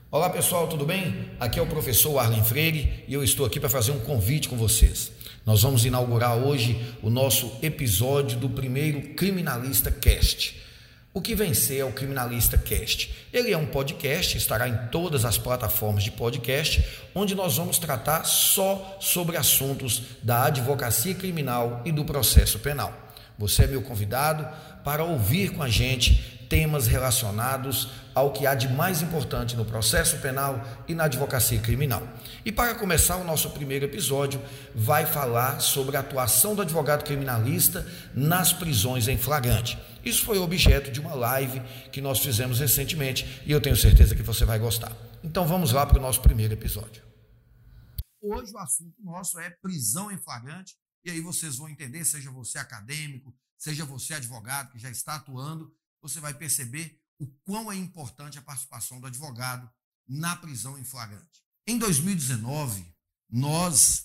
Olá pessoal, tudo bem? Aqui é o professor Arlen Freire e eu estou aqui para fazer um convite com vocês. Nós vamos inaugurar hoje o nosso episódio do primeiro Criminalista Cast. O que vem ser é o Criminalista Cast? Ele é um podcast, estará em todas as plataformas de podcast, onde nós vamos tratar só sobre assuntos da advocacia criminal e do processo penal. Você é meu convidado para ouvir com a gente temas relacionados ao que há de mais importante no processo penal e na advocacia criminal. E para começar, o nosso primeiro episódio vai falar sobre a atuação do advogado criminalista nas prisões em flagrante. Isso foi objeto de uma live que nós fizemos recentemente e eu tenho certeza que você vai gostar. Então vamos lá para o nosso primeiro episódio. Hoje o assunto nosso é prisão em flagrante e aí vocês vão entender, seja você acadêmico, seja você advogado que já está atuando, você vai perceber o quão é importante a participação do advogado na prisão em flagrante. Em 2019, nós,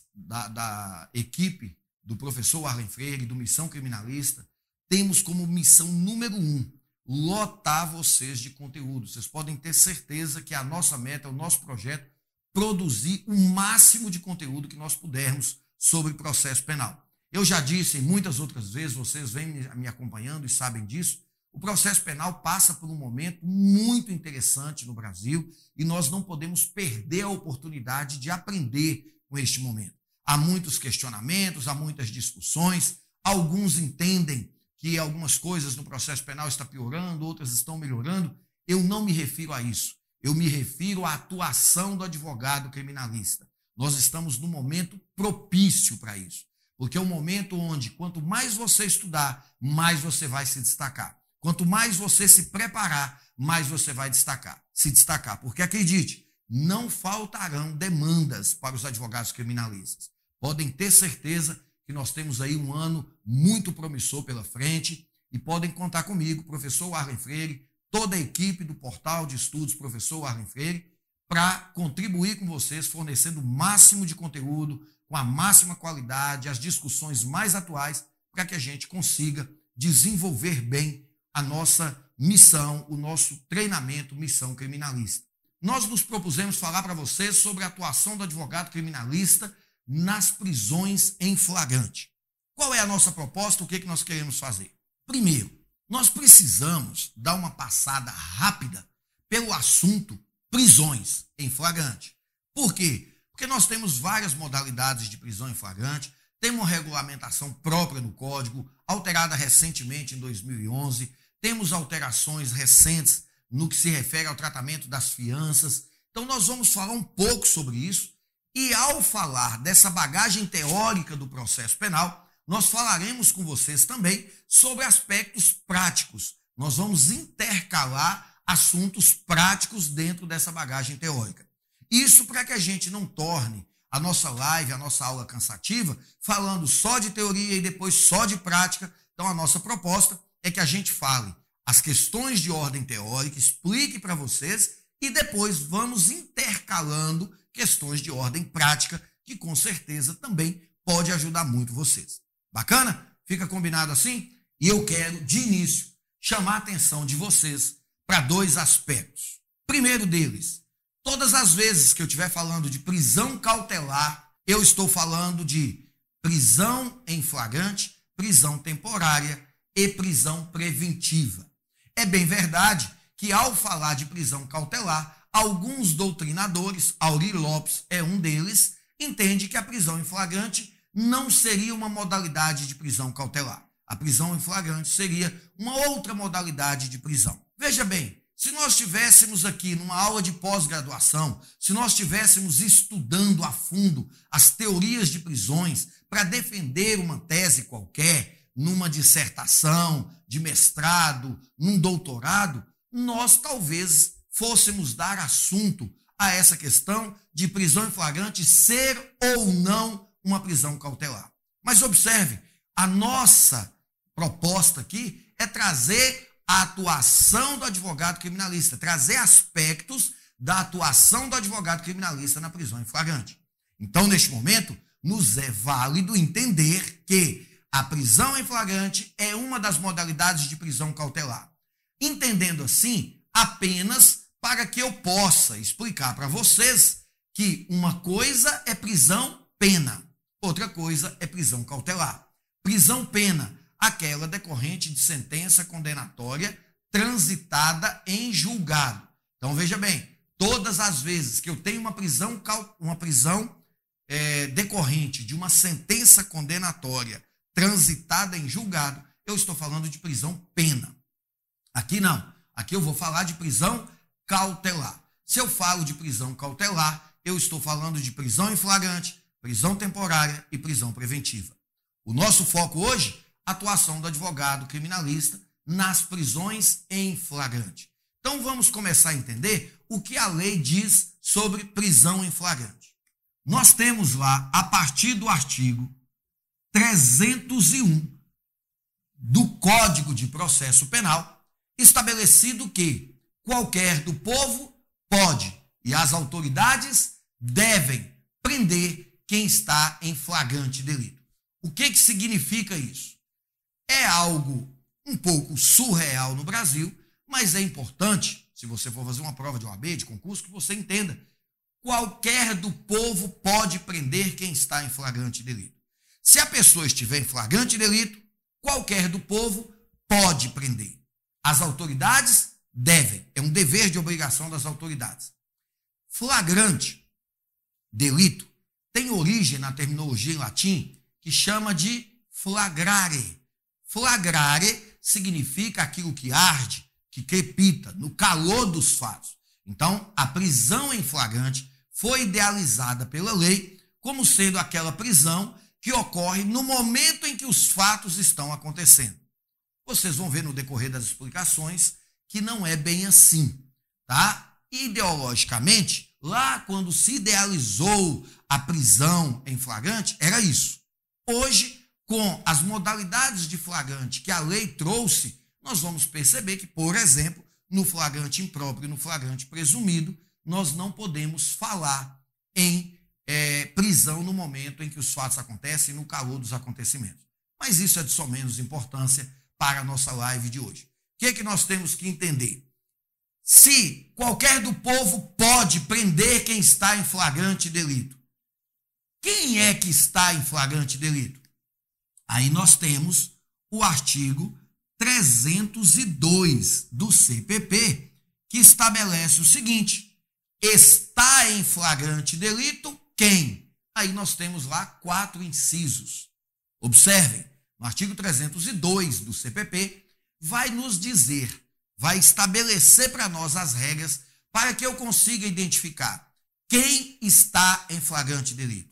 da equipe do professor Arlen Freire, do Missão Criminalista, temos como missão número 1, lotar vocês de conteúdo. Vocês podem ter certeza que a nossa meta, o nosso projeto, produzir o máximo de conteúdo que nós pudermos sobre processo penal. Eu já disse muitas outras vezes, vocês vêm me acompanhando e sabem disso, o processo penal passa por um momento muito interessante no Brasil e nós não podemos perder a oportunidade de aprender com este momento. Há muitos questionamentos, há muitas discussões, alguns entendem que algumas coisas no processo penal estão piorando, outras estão melhorando. Eu não me refiro a isso, eu me refiro à atuação do advogado criminalista. Nós estamos num momento propício para isso, porque é um momento onde quanto mais você estudar, mais você vai se destacar. Quanto mais você se preparar, mais você vai se destacar. Porque acredite, não faltarão demandas para os advogados criminalistas. Podem ter certeza que nós temos aí um ano muito promissor pela frente e podem contar comigo, professor Arlen Freire, toda a equipe do portal de estudos professor Arlen Freire, para contribuir com vocês, fornecendo o máximo de conteúdo, com a máxima qualidade, as discussões mais atuais, para que a gente consiga desenvolver bem a nossa missão, o nosso treinamento Missão Criminalista. Nós nos propusemos falar para vocês sobre a atuação do advogado criminalista nas prisões em flagrante. Qual é a nossa proposta? O que nós queremos fazer? Primeiro, nós precisamos dar uma passada rápida pelo assunto prisões em flagrante. Por quê? Porque nós temos várias modalidades de prisão em flagrante, temos uma regulamentação própria no Código, alterada recentemente em 2011, temos alterações recentes no que se refere ao tratamento das fianças. Então nós vamos falar um pouco sobre isso e ao falar dessa bagagem teórica do processo penal, nós falaremos com vocês também sobre aspectos práticos. Nós vamos intercalar assuntos práticos dentro dessa bagagem teórica. Isso para que a gente não torne a nossa live, a nossa aula cansativa, falando só de teoria e depois só de prática. Então a nossa proposta é que a gente fale as questões de ordem teórica, explique para vocês e depois vamos intercalando questões de ordem prática, que com certeza também pode ajudar muito vocês. Bacana? Fica combinado assim? E eu quero, de início, chamar a atenção de vocês para dois aspectos. Primeiro deles, todas as vezes que eu estiver falando de prisão cautelar, eu estou falando de prisão em flagrante, prisão temporária e prisão preventiva. É bem verdade que ao falar de prisão cautelar, alguns doutrinadores, Aurir Lopes é um deles, entende que a prisão em flagrante não seria uma modalidade de prisão cautelar. A prisão em flagrante seria uma outra modalidade de prisão. Veja bem, se nós estivéssemos aqui numa aula de pós-graduação, se nós estivéssemos estudando a fundo as teorias de prisões para defender uma tese qualquer, numa dissertação, de mestrado, num doutorado, nós talvez fôssemos dar assunto a essa questão de prisão em flagrante ser ou não uma prisão cautelar. Mas observe, a nossa proposta aqui é trazer a atuação do advogado criminalista, trazer aspectos da atuação do advogado criminalista na prisão em flagrante. Então, neste momento, nos é válido entender que a prisão em flagrante é uma das modalidades de prisão cautelar, entendendo assim apenas para que eu possa explicar para vocês que uma coisa é prisão-pena, outra coisa é prisão cautelar. Prisão-pena, aquela decorrente de sentença condenatória transitada em julgado. Então, veja bem, todas as vezes que eu tenho uma prisão decorrente de uma sentença condenatória transitada em julgado, eu estou falando de prisão-pena. Aqui não. Aqui eu vou falar de prisão cautelar. Se eu falo de prisão cautelar, eu estou falando de prisão em flagrante, prisão temporária e prisão preventiva. O nosso foco hoje, atuação do advogado criminalista nas prisões em flagrante. Então vamos começar a entender o que a lei diz sobre prisão em flagrante. Nós temos lá, a partir do artigo 301 do Código de Processo Penal, estabelecido que qualquer do povo pode e as autoridades devem prender quem está em flagrante delito. O que significa isso? É algo um pouco surreal no Brasil, mas é importante, se você for fazer uma prova de OAB, de concurso, que você entenda. Qualquer do povo pode prender quem está em flagrante delito. Se a pessoa estiver em flagrante delito, qualquer do povo pode prender. As autoridades devem, é um dever de obrigação das autoridades. Flagrante delito tem origem na terminologia em latim que chama de flagrare. Flagrare significa aquilo que arde, que crepita, no calor dos fatos. Então, a prisão em flagrante foi idealizada pela lei como sendo aquela prisão que ocorre no momento em que os fatos estão acontecendo. Vocês vão ver no decorrer das explicações que não é bem assim, tá? Ideologicamente, lá quando se idealizou a prisão em flagrante, era isso. Hoje, com as modalidades de flagrante que a lei trouxe, nós vamos perceber que, por exemplo, no flagrante impróprio e no flagrante presumido, nós não podemos falar em prisão no momento em que os fatos acontecem, no calor dos acontecimentos. Mas isso é de só menos importância para a nossa live de hoje. O que nós temos que entender? Se qualquer do povo pode prender quem está em flagrante delito, quem é que está em flagrante delito? Aí nós temos o artigo 302 do CPP, que estabelece o seguinte: está em flagrante delito quem? Aí nós temos lá 4 incisos. Observem, no artigo 302 do CPP, vai nos dizer, vai estabelecer para nós as regras para que eu consiga identificar quem está em flagrante delito.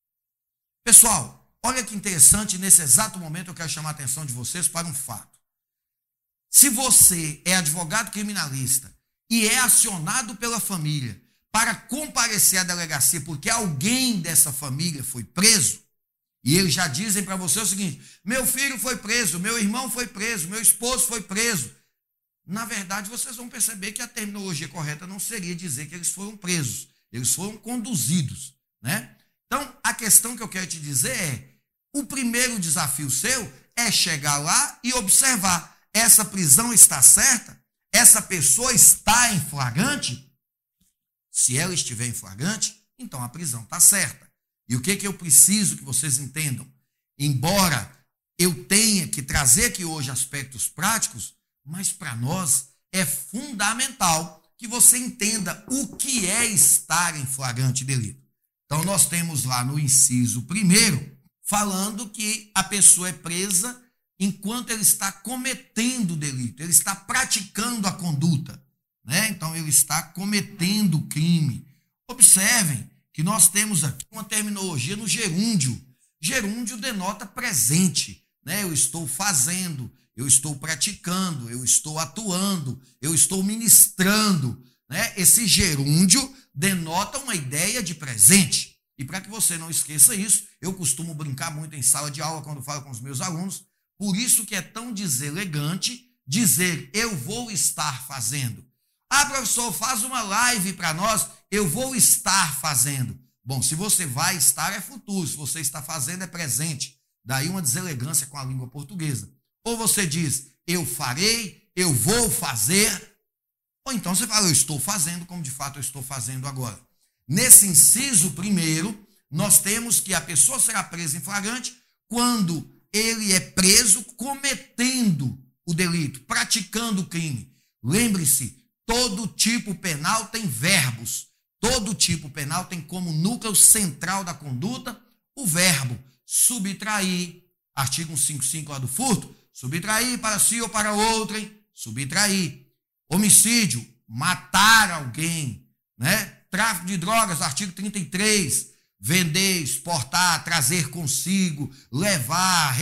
Pessoal, olha que interessante, nesse exato momento eu quero chamar a atenção de vocês para um fato. Se você é advogado criminalista e é acionado pela família para comparecer à delegacia porque alguém dessa família foi preso, e eles já dizem para você o seguinte: meu filho foi preso, meu irmão foi preso, meu esposo foi preso. Na verdade, vocês vão perceber que a terminologia correta não seria dizer que eles foram presos, eles foram conduzidos, né? Então, a questão que eu quero te dizer é: o primeiro desafio seu é chegar lá e observar, essa prisão está certa? Essa pessoa está em flagrante? Se ela estiver em flagrante, então a prisão está certa. E o que eu preciso que vocês entendam? Embora eu tenha que trazer aqui hoje aspectos práticos, mas para nós é fundamental que você entenda o que é estar em flagrante delito. Então nós temos lá no inciso 1º, falando que a pessoa é presa enquanto ele está cometendo o delito, ele está praticando a conduta, né? Então ele está cometendo o crime. Observem que nós temos aqui uma terminologia no gerúndio. Gerúndio denota presente, né? Eu estou fazendo, eu estou praticando, eu estou atuando, eu estou ministrando, né? Esse gerúndio denota uma ideia de presente. E para que você não esqueça isso, eu costumo brincar muito em sala de aula quando falo com os meus alunos, por isso que é tão deselegante dizer eu vou estar fazendo. Ah, professor, faz uma live para nós, eu vou estar fazendo. Bom, se você vai estar é futuro, se você está fazendo é presente. Daí uma deselegância com a língua portuguesa. Ou você diz eu farei, eu vou fazer, Ou então você fala, eu estou fazendo como de fato eu estou fazendo agora. Nesse inciso primeiro, nós temos que a pessoa será presa em flagrante quando ele é preso cometendo o delito, praticando o crime. Lembre-se, todo tipo penal tem verbos. Todo tipo penal tem como núcleo central da conduta o verbo subtrair. Artigo 155 lá do furto, subtrair para si ou para outrem, subtrair. Homicídio, matar alguém, né? Tráfico de drogas, artigo 33, vender, exportar, trazer consigo, levar,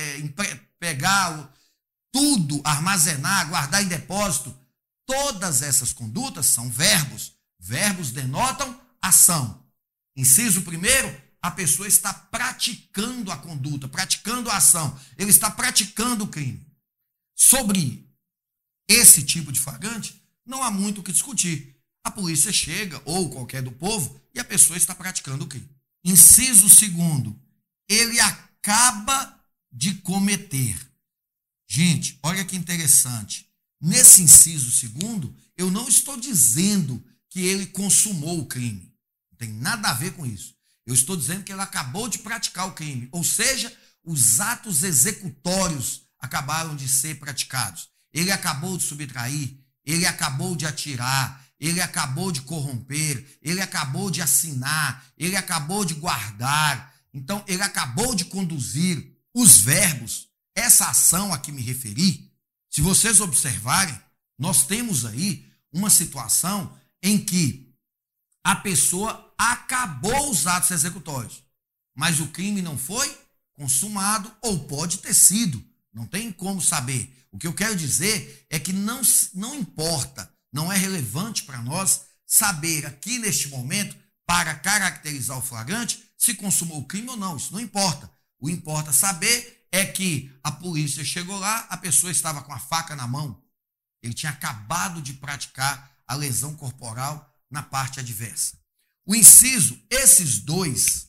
pegar, tudo, armazenar, guardar em depósito. Todas essas condutas são verbos. Verbos denotam ação. Inciso primeiro, a pessoa está praticando a conduta, praticando a ação. Ele está praticando o crime. Sobre esse tipo de flagrante, não há muito o que discutir. A polícia chega, ou qualquer do povo, e a pessoa está praticando o crime. Inciso segundo, ele acaba de cometer. Gente, olha que interessante. Nesse inciso segundo, eu não estou dizendo que ele consumou o crime. Não tem nada a ver com isso. Eu estou dizendo que ele acabou de praticar o crime. Ou seja, os atos executórios acabaram de ser praticados. Ele acabou de subtrair, ele acabou de atirar, ele acabou de corromper, ele acabou de assinar, ele acabou de guardar. Então, ele acabou de conduzir. Os verbos, essa ação a que me referi, se vocês observarem, nós temos aí uma situação em que a pessoa acabou os atos executórios, mas o crime não foi consumado ou pode ter sido, não tem como saber. O que eu quero dizer é que não importa, não é relevante para nós saber aqui neste momento, para caracterizar o flagrante, se consumou o crime ou não, isso não importa. O que importa saber é que a polícia chegou lá, a pessoa estava com a faca na mão, ele tinha acabado de praticar a lesão corporal na parte adversa. O inciso, esses dois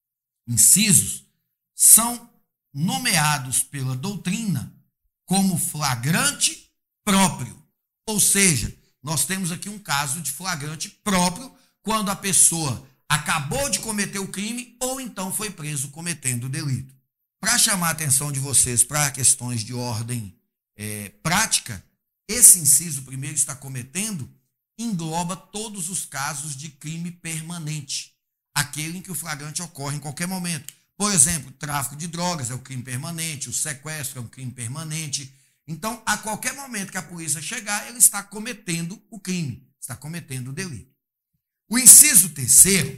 incisos são nomeados pela doutrina como flagrante próprio. Ou seja, nós temos aqui um caso de flagrante próprio quando a pessoa acabou de cometer o crime ou então foi preso cometendo o delito. Para chamar a atenção de vocês para questões de ordem prática, esse inciso primeiro está cometendo engloba todos os casos de crime permanente, aquele em que o flagrante ocorre em qualquer momento. Por exemplo, o tráfico de drogas é um crime permanente, o sequestro é um crime permanente. Então, a qualquer momento que a polícia chegar, ele está cometendo o crime, está cometendo o delito. O inciso terceiro,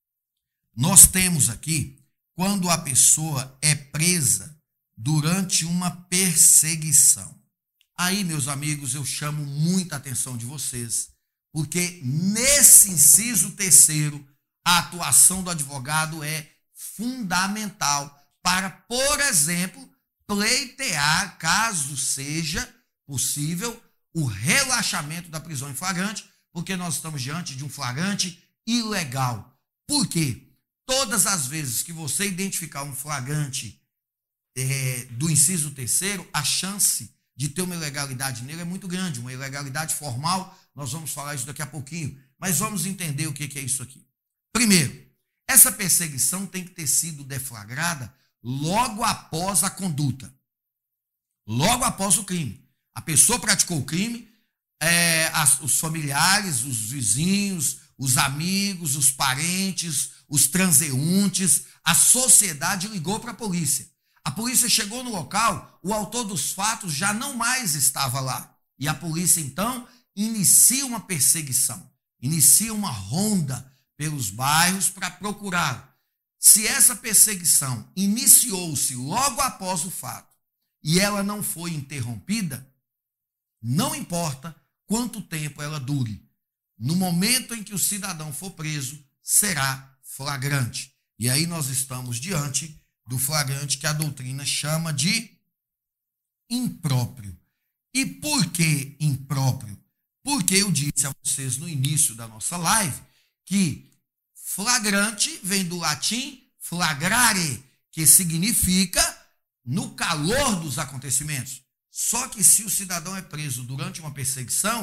nós temos aqui quando a pessoa é presa durante uma perseguição. Aí, meus amigos, eu chamo muita atenção de vocês, porque nesse inciso terceiro, a atuação do advogado é fundamental para, por exemplo, pleitear, caso seja possível, o relaxamento da prisão em flagrante, porque nós estamos diante de um flagrante ilegal. Por quê? Todas as vezes que você identificar um flagrante do inciso terceiro, a chance de ter uma ilegalidade nele é muito grande, uma ilegalidade formal. Nós vamos falar isso daqui a pouquinho, mas vamos entender o que é isso aqui. Primeiro, essa perseguição tem que ter sido deflagrada logo após a conduta, logo após o crime. A pessoa praticou o crime, os familiares, os vizinhos, os amigos, os parentes, os transeuntes, a sociedade ligou para a polícia. A polícia chegou no local, o autor dos fatos já não mais estava lá. E a polícia, então, inicia uma perseguição, inicia uma ronda pelos bairros para procurá-lo. Se essa perseguição iniciou-se logo após o fato e ela não foi interrompida, não importa quanto tempo ela dure. No momento em que o cidadão for preso, será flagrante. E aí nós estamos diante do flagrante que a doutrina chama de impróprio. E por que impróprio? Porque eu disse a vocês no início da nossa live que flagrante vem do latim flagrare, que significa no calor dos acontecimentos. Só que se o cidadão é preso durante uma perseguição,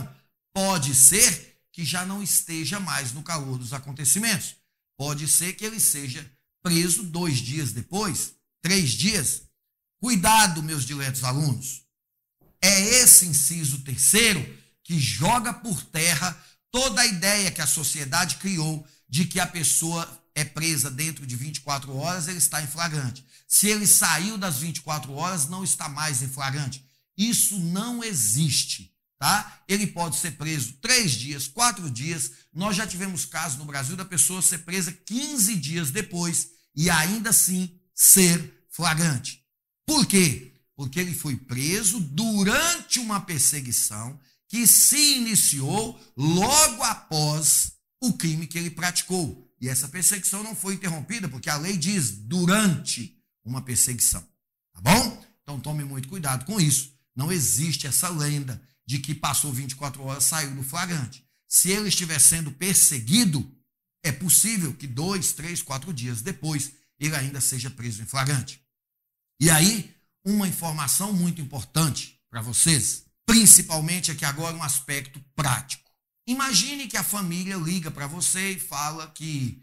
Pode ser que já não esteja mais no calor dos acontecimentos. Pode ser que ele seja preso 2 dias depois, 3 dias. Cuidado, meus diletos alunos. É esse inciso terceiro que joga por terra toda a ideia que a sociedade criou de que a pessoa é presa dentro de 24 horas, ele está em flagrante. Se ele saiu das 24 horas, não está mais em flagrante. Isso não existe, tá? Ele pode ser preso 3 dias, 4 dias. Nós já tivemos casos no Brasil da pessoa ser presa 15 dias depois e ainda assim ser flagrante. Por quê? Porque ele foi preso durante uma perseguição que se iniciou logo após o crime que ele praticou. E essa perseguição não foi interrompida, porque a lei diz durante uma perseguição. Tá bom? Então tome muito cuidado com isso. Não existe essa lenda de que passou 24 horas e saiu no flagrante. Se ele estiver sendo perseguido, é possível que 2, 3, 4 dias depois ele ainda seja preso em flagrante. E aí, uma informação muito importante para vocês, principalmente aqui agora um aspecto prático. Imagine que a família liga para você e fala que,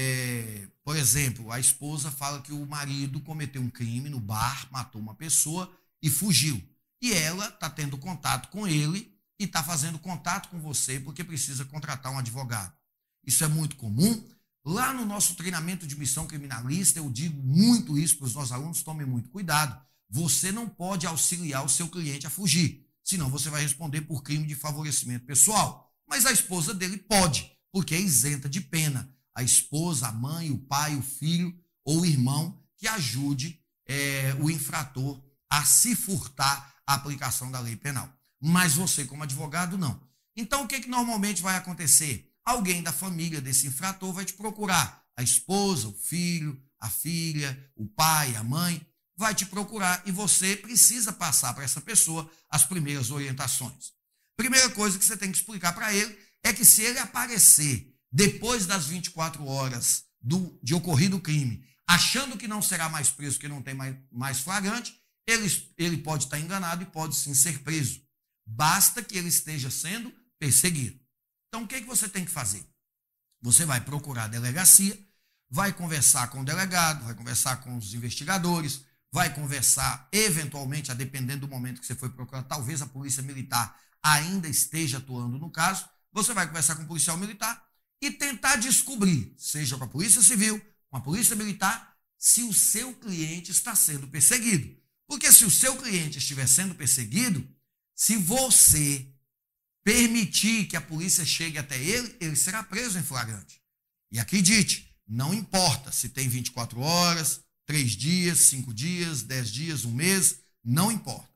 por exemplo, a esposa fala que o marido cometeu um crime no bar, matou uma pessoa e fugiu. E ela está tendo contato com ele e está fazendo contato com você porque precisa contratar um advogado. Isso é muito comum. Lá no nosso treinamento de missão criminalista, eu digo muito isso para os nossos alunos, tomem muito cuidado. Você não pode auxiliar o seu cliente a fugir, senão você vai responder por crime de favorecimento pessoal. Mas a esposa dele pode, porque é isenta de pena. A esposa, a mãe, o pai, o filho ou o irmão que ajude o infrator a se furtar a aplicação da lei penal. Mas você, como advogado, não. Então, o que normalmente vai acontecer? Alguém da família desse infrator vai te procurar. A esposa, o filho, a filha, o pai, a mãe, vai te procurar e você precisa passar para essa pessoa as primeiras orientações. Primeira coisa que você tem que explicar para ele é que se ele aparecer depois das 24 horas de ocorrido o crime, achando que não será mais preso, que não tem mais flagrante, ele pode estar enganado e pode sim ser preso. Basta que ele esteja sendo perseguido. Então, o que você tem que fazer? Você vai procurar a delegacia, vai conversar com o delegado, vai conversar com os investigadores, vai conversar, eventualmente, a depender do momento que você foi procurar, talvez a polícia militar ainda esteja atuando no caso, você vai conversar com o policial militar e tentar descobrir, seja com a polícia civil, com a polícia militar, se o seu cliente está sendo perseguido. Porque se o seu cliente estiver sendo perseguido, se você permitir que a polícia chegue até ele, ele será preso em flagrante. E acredite, não importa se tem 24 horas, 3 dias, 5 dias, 10 dias, 1 mês, não importa.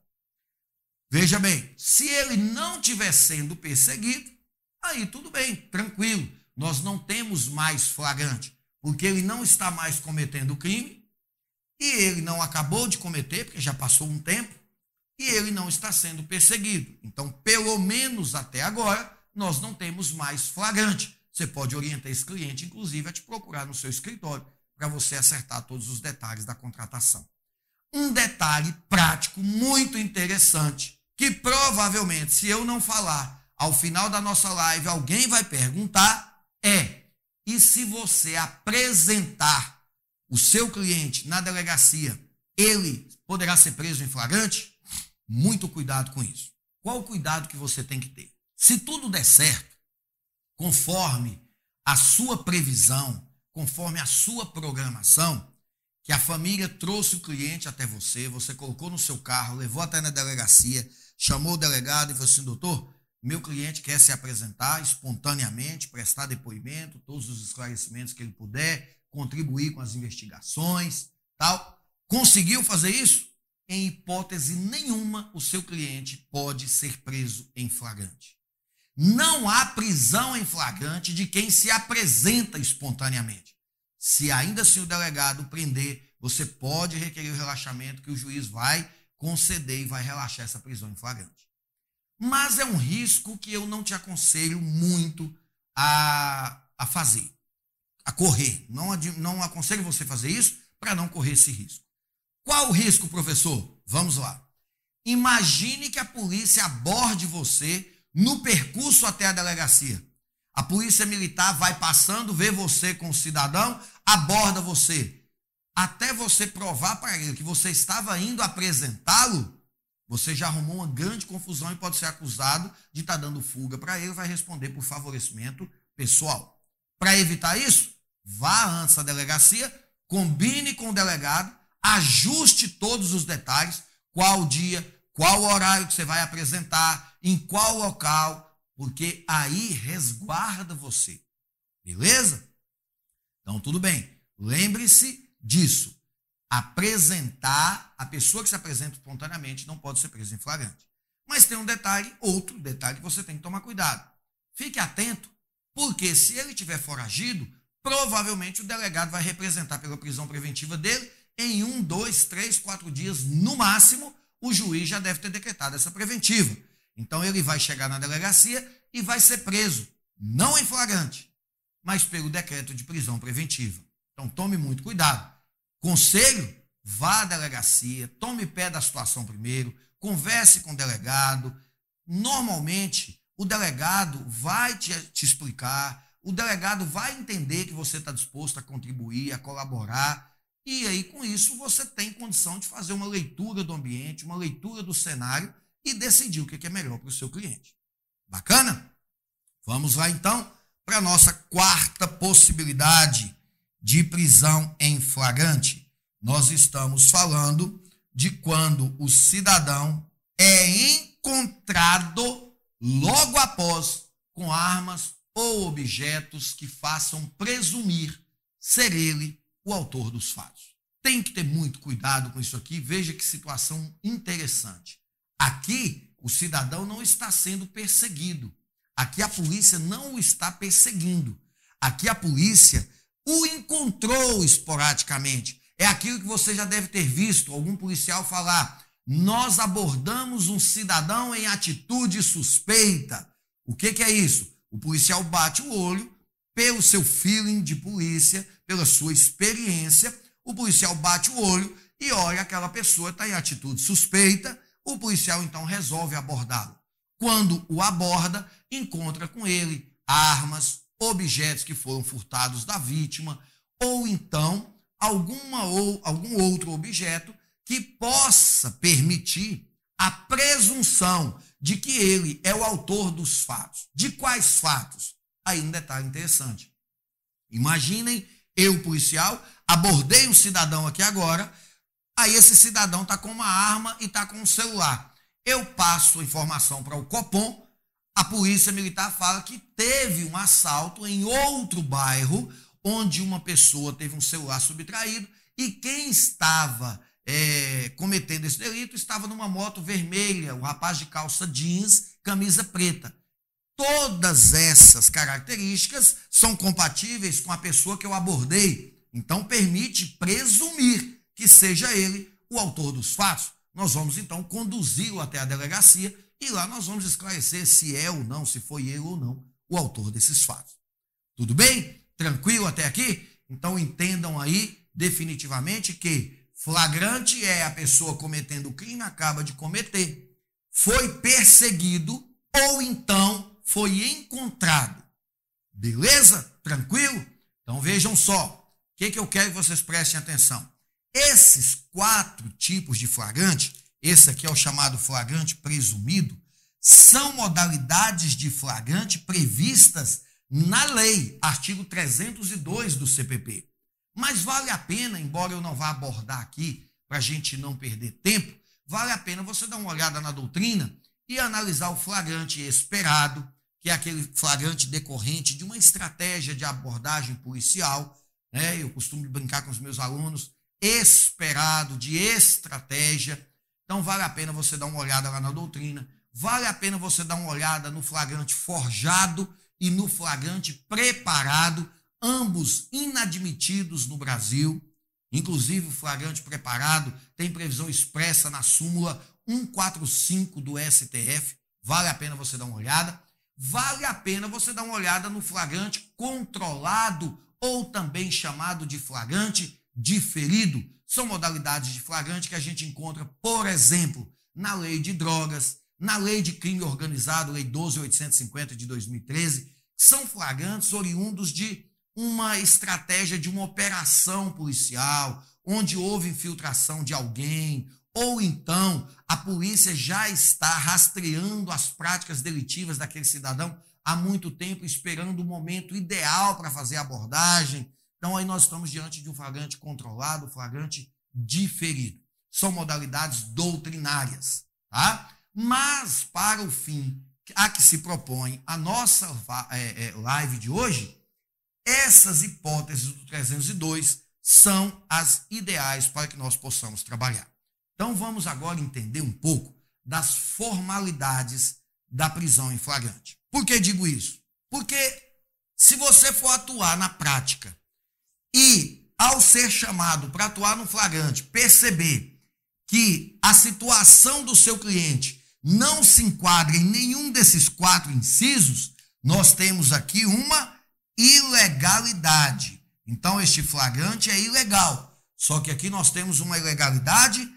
Veja bem, se ele não estiver sendo perseguido, aí tudo bem, tranquilo. Nós não temos mais flagrante, porque ele não está mais cometendo o crime e ele não acabou de cometer, porque já passou um tempo, e ele não está sendo perseguido. Então, pelo menos até agora, nós não temos mais flagrante. Você pode orientar esse cliente, inclusive, a te procurar no seu escritório para você acertar todos os detalhes da contratação. Um detalhe prático muito interessante, que provavelmente, se eu não falar ao final da nossa live, alguém vai perguntar, e se você apresentar o seu cliente na delegacia, ele poderá ser preso em flagrante? Muito cuidado com isso. Qual o cuidado que você tem que ter? Se tudo der certo, conforme a sua previsão, conforme a sua programação, que a família trouxe o cliente até você, você colocou no seu carro, levou até na delegacia, chamou o delegado e falou assim, doutor, meu cliente quer se apresentar espontaneamente, prestar depoimento, todos os esclarecimentos que ele puder, contribuir com as investigações, tal. Conseguiu fazer isso? Em hipótese nenhuma, o seu cliente pode ser preso em flagrante. Não há prisão em flagrante de quem se apresenta espontaneamente. Se ainda assim o delegado prender, você pode requerer o relaxamento que o juiz vai conceder e vai relaxar essa prisão em flagrante. Mas é um risco que eu não te aconselho muito a fazer, a correr. Não aconselho você a fazer isso para não correr esse risco. Qual o risco, professor? Vamos lá. Imagine que a polícia aborde você No percurso até a delegacia, a polícia militar vai passando, vê você com o cidadão, aborda você. Até você provar para ele que você estava indo apresentá-lo, você já arrumou uma grande confusão e pode ser acusado de estar dando fuga para ele, vai responder por favorecimento pessoal. Para evitar isso, vá antes à delegacia, combine com o delegado, ajuste todos os detalhes, qual dia, qual horário que você vai apresentar, em qual local, porque aí resguarda você. Beleza? Então, tudo bem. Lembre-se disso. Apresentar, a pessoa que se apresenta espontaneamente não pode ser presa em flagrante. Mas tem um detalhe, outro detalhe que você tem que tomar cuidado. Fique atento, porque se ele tiver foragido, provavelmente o delegado vai representar pela prisão preventiva dele em 1, 2, 3, 4 dias, no máximo, o juiz já deve ter decretado essa preventiva. Então ele vai chegar na delegacia e vai ser preso, não em flagrante, mas pelo decreto de prisão preventiva. Então tome muito cuidado. Conselho, vá à delegacia, tome pé da situação primeiro, converse com o delegado. Normalmente, o delegado vai te explicar, o delegado vai entender que você está disposto a contribuir, a colaborar, e aí com isso você tem condição de fazer uma leitura do ambiente, uma leitura do cenário e decidir o que é melhor para o seu cliente. Bacana? Vamos lá então para a nossa quarta possibilidade de prisão em flagrante. Nós estamos falando de quando o cidadão é encontrado logo após com armas ou objetos que façam presumir ser ele o autor dos fatos. Tem que ter muito cuidado com isso aqui. Veja que situação interessante. Aqui, o cidadão não está sendo perseguido. Aqui a polícia não o está perseguindo. Aqui a polícia o encontrou esporadicamente. É aquilo que você já deve ter visto algum policial falar. Nós abordamos um cidadão em atitude suspeita. O que é isso? O policial bate o olho, pelo seu feeling de polícia, pela sua experiência, o policial bate o olho e olha, aquela pessoa está em atitude suspeita, o policial então resolve abordá-lo. Quando o aborda, encontra com ele armas, objetos que foram furtados da vítima, ou então algum outro objeto que possa permitir a presunção de que ele é o autor dos fatos. De quais fatos? Aí um detalhe interessante. Imaginem, eu, policial, abordei um cidadão aqui agora, aí esse cidadão está com uma arma e está com um celular. Eu passo a informação para o Copom, a polícia militar fala que teve um assalto em outro bairro, onde uma pessoa teve um celular subtraído e quem estava cometendo esse delito estava numa moto vermelha, um rapaz de calça jeans, camisa preta. Todas essas características são compatíveis com a pessoa que eu abordei. Então, permite presumir que seja ele o autor dos fatos. Nós vamos, então, conduzi-lo até a delegacia e lá nós vamos esclarecer se é ou não, se foi ele ou não o autor desses fatos. Tudo bem? Tranquilo até aqui? Então, entendam aí definitivamente que flagrante é a pessoa cometendo o crime, acaba de cometer, foi perseguido ou então foi encontrado. Beleza? Tranquilo? Então vejam só, o que eu quero que vocês prestem atenção. Esses 4 tipos de flagrante, esse aqui é o chamado flagrante presumido, são modalidades de flagrante previstas na lei, artigo 302 do CPP. Mas vale a pena, embora eu não vá abordar aqui, para a gente não perder tempo, vale a pena você dar uma olhada na doutrina e analisar o flagrante esperado, que é aquele flagrante decorrente de uma estratégia de abordagem policial, né? Eu costumo brincar com os meus alunos, esperado, de estratégia. Então vale a pena você dar uma olhada lá na doutrina, vale a pena você dar uma olhada no flagrante forjado e no flagrante preparado, ambos inadmitidos no Brasil. Inclusive o flagrante preparado tem previsão expressa na súmula 145 do STF, vale a pena você dar uma olhada. Vale a pena você dar uma olhada no flagrante controlado ou também chamado de flagrante diferido. São modalidades de flagrante que a gente encontra, por exemplo, na lei de drogas, na Lei de Crime Organizado, Lei 12.850 de 2013, são flagrantes oriundos de uma estratégia de uma operação policial, onde houve infiltração de alguém, ou então a polícia já está rastreando as práticas delitivas daquele cidadão há muito tempo, esperando o momento ideal para fazer a abordagem. Então aí nós estamos diante de um flagrante controlado, flagrante diferido. São modalidades doutrinárias, tá? Mas para o fim a que se propõe a nossa live de hoje, essas hipóteses do 302 são as ideais para que nós possamos trabalhar. Então vamos agora entender um pouco das formalidades da prisão em flagrante. Por que digo isso? Porque se você for atuar na prática e, ao ser chamado para atuar no flagrante, perceber que a situação do seu cliente não se enquadra em nenhum desses 4 incisos, nós temos aqui uma ilegalidade. Então, este flagrante é ilegal. Só que aqui nós temos uma ilegalidade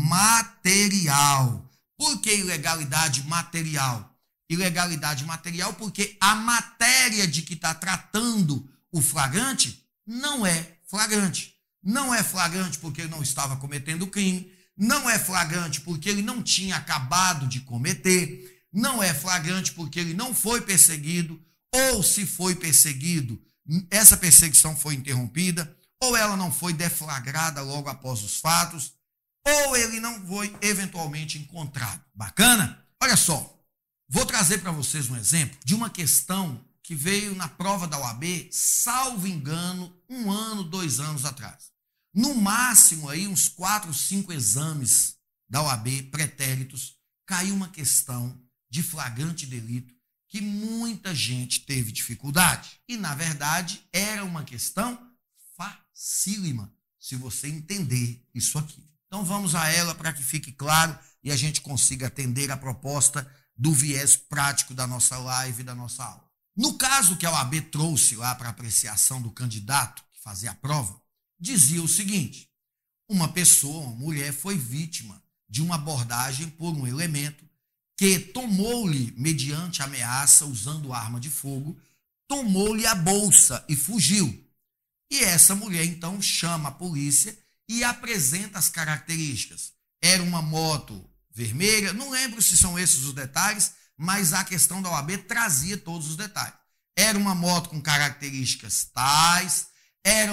material. Por que ilegalidade material? Ilegalidade material porque a matéria de que está tratando o flagrante não é flagrante. Não é flagrante porque ele não estava cometendo crime, não é flagrante porque ele não tinha acabado de cometer, não é flagrante porque ele não foi perseguido, ou se foi perseguido, essa perseguição foi interrompida, ou ela não foi deflagrada logo após os fatos, ou ele não foi eventualmente encontrado. Bacana? Olha só, vou trazer para vocês um exemplo de uma questão que veio na prova da OAB, salvo engano, 1 ano, 2 anos atrás. No máximo, aí, uns 4, 5 exames da OAB, pretéritos, caiu uma questão de flagrante delito que muita gente teve dificuldade. E, na verdade, era uma questão facílima, se você entender isso aqui. Então, vamos a ela para que fique claro e a gente consiga atender a proposta do viés prático da nossa live, da nossa aula. No caso que a OAB trouxe lá para apreciação do candidato que fazia a prova, dizia o seguinte: uma pessoa, uma mulher, foi vítima de uma abordagem por um elemento que tomou-lhe, mediante ameaça, usando arma de fogo, tomou-lhe a bolsa e fugiu. E essa mulher, então, chama a polícia e apresenta as características. Era uma moto vermelha, não lembro se são esses os detalhes, mas a questão da OAB trazia todos os detalhes. Era uma moto com características tais, era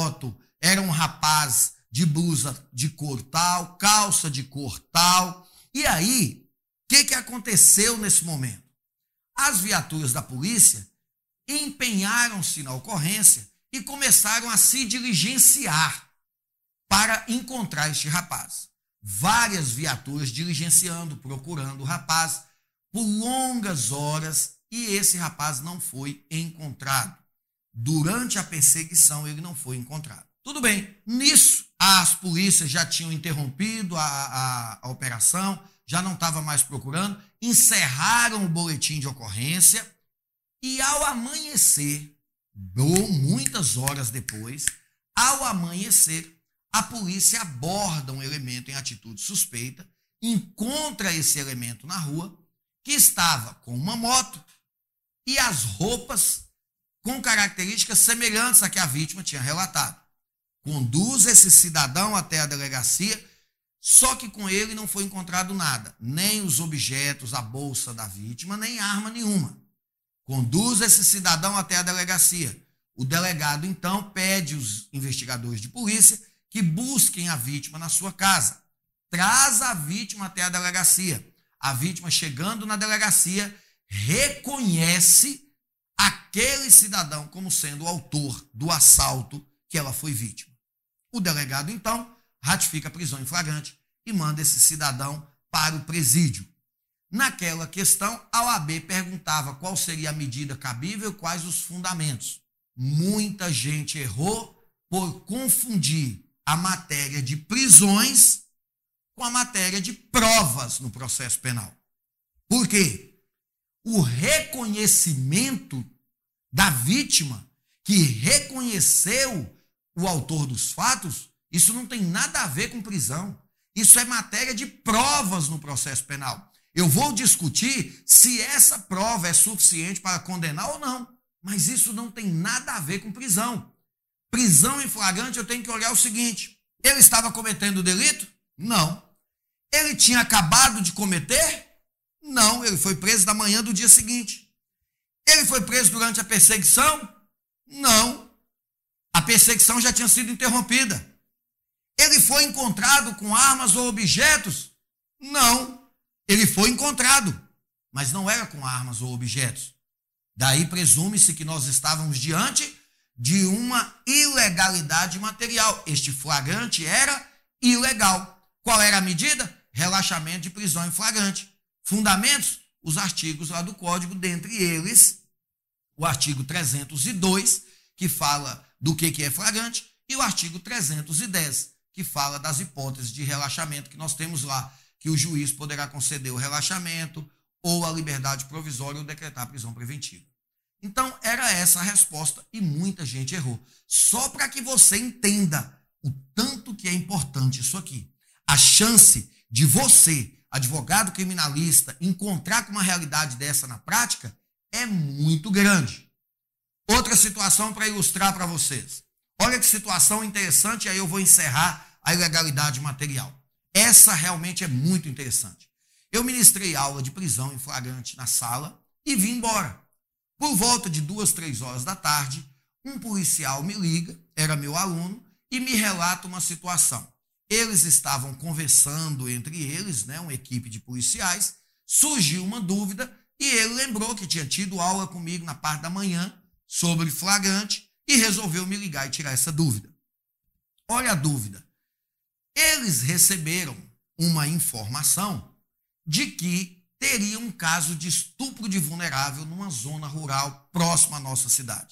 um rapaz de blusa de cor tal, calça de cor tal. E aí, o que aconteceu nesse momento? As viaturas da polícia empenharam-se na ocorrência e começaram a se diligenciar para encontrar este rapaz. Várias viaturas diligenciando, procurando o rapaz por longas horas, e esse rapaz não foi encontrado. Durante a perseguição, ele não foi encontrado. Tudo bem, nisso, as polícias já tinham interrompido a operação, já não estava mais procurando, encerraram o boletim de ocorrência, e ao amanhecer, ou muitas horas depois, ao amanhecer, a polícia aborda um elemento em atitude suspeita, encontra esse elemento na rua, que estava com uma moto e as roupas com características semelhantes à que a vítima tinha relatado. Conduz esse cidadão até a delegacia, só que com ele não foi encontrado nada, nem os objetos, a bolsa da vítima, nem arma nenhuma. Conduz esse cidadão até a delegacia. O delegado, então, pede os investigadores de polícia que busquem a vítima na sua casa. Traz a vítima até a delegacia. A vítima, chegando na delegacia, reconhece aquele cidadão como sendo o autor do assalto que ela foi vítima. O delegado, então, ratifica a prisão em flagrante e manda esse cidadão para o presídio. Naquela questão, a OAB perguntava qual seria a medida cabível e quais os fundamentos. Muita gente errou por confundir a matéria de prisões com a matéria de provas no processo penal. Por quê? O reconhecimento da vítima, que reconheceu o autor dos fatos, isso não tem nada a ver com prisão. Isso é matéria de provas no processo penal. Eu vou discutir se essa prova é suficiente para condenar ou não. Mas isso não tem nada a ver com prisão. Prisão em flagrante, eu tenho que olhar o seguinte: ele estava cometendo delito? Não. Ele tinha acabado de cometer? Não, ele foi preso na manhã do dia seguinte. Ele foi preso durante a perseguição? Não. A perseguição já tinha sido interrompida. Ele foi encontrado com armas ou objetos? Não. Ele foi encontrado, mas não era com armas ou objetos. Daí presume-se que nós estávamos diante de uma ilegalidade material. Este flagrante era ilegal. Qual era a medida? Relaxamento de prisão em flagrante. Fundamentos? Os artigos lá do Código, dentre eles, o artigo 302, que fala do que é flagrante, e o artigo 310, que fala das hipóteses de relaxamento que nós temos lá, que o juiz poderá conceder o relaxamento ou a liberdade provisória ou decretar a prisão preventiva. Então, era essa a resposta e muita gente errou. Só para que você entenda o tanto que é importante isso aqui. A chance de você, advogado criminalista, encontrar com uma realidade dessa na prática é muito grande. Outra situação para ilustrar para vocês. Olha que situação interessante, e aí eu vou encerrar a ilegalidade material. Essa realmente é muito interessante. Eu ministrei aula de prisão em flagrante na sala e vim embora. Por volta de 2, 3 horas da tarde, um policial me liga, era meu aluno, e me relata uma situação. Eles estavam conversando entre eles, uma equipe de policiais, surgiu uma dúvida e ele lembrou que tinha tido aula comigo na parte da manhã sobre flagrante e resolveu me ligar e tirar essa dúvida. Olha a dúvida. Eles receberam uma informação de que teria um caso de estupro de vulnerável numa zona rural próxima à nossa cidade.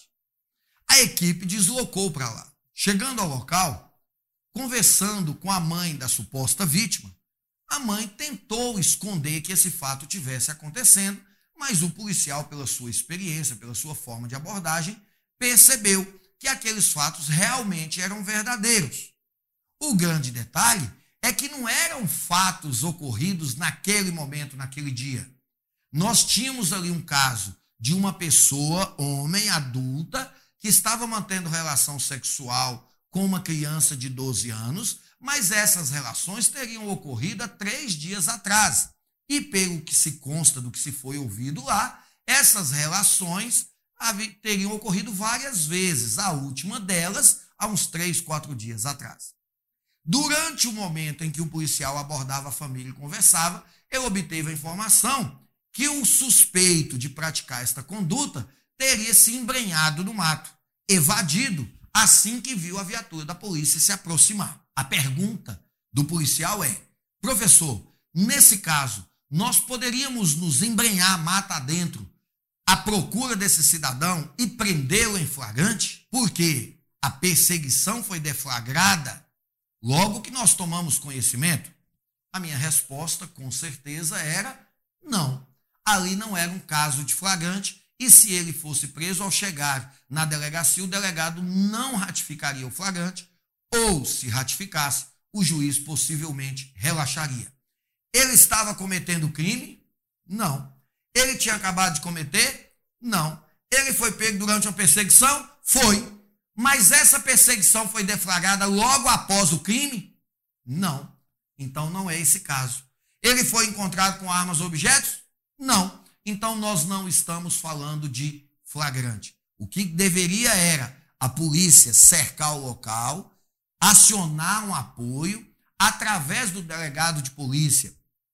A equipe deslocou para lá. Chegando ao local, conversando com a mãe da suposta vítima, a mãe tentou esconder que esse fato tivesse acontecendo, mas o policial, pela sua experiência, pela sua forma de abordagem, percebeu que aqueles fatos realmente eram verdadeiros. O grande detalhe é que não eram fatos ocorridos naquele momento, naquele dia. Nós tínhamos ali um caso de uma pessoa, homem, adulta, que estava mantendo relação sexual com uma criança de 12 anos, mas essas relações teriam ocorrido há 3 dias atrás. E pelo que se consta do que se foi ouvido lá, essas relações teriam ocorrido várias vezes, a última delas há uns 3, 4 dias atrás. Durante o momento em que o policial abordava a família e conversava, eu obteve a informação que o suspeito de praticar esta conduta teria se embrenhado no mato, evadido assim que viu a viatura da polícia se aproximar. A pergunta do policial é: professor, nesse caso, nós poderíamos nos embrenhar mata adentro à procura desse cidadão e prendê-lo em flagrante? Porque a perseguição foi deflagrada logo que nós tomamos conhecimento? A minha resposta, com certeza, era não. Ali não era um caso de flagrante e se ele fosse preso ao chegar na delegacia, o delegado não ratificaria o flagrante ou, se ratificasse, o juiz possivelmente relaxaria. Ele estava cometendo crime? Não. Ele tinha acabado de cometer? Não. Ele foi pego durante uma perseguição? Foi. Mas essa perseguição foi deflagrada logo após o crime? Não. Então não é esse caso. Ele foi encontrado com armas ou objetos? Não. Então nós não estamos falando de flagrante. O que deveria era a polícia cercar o local, acionar um apoio, através do delegado de polícia,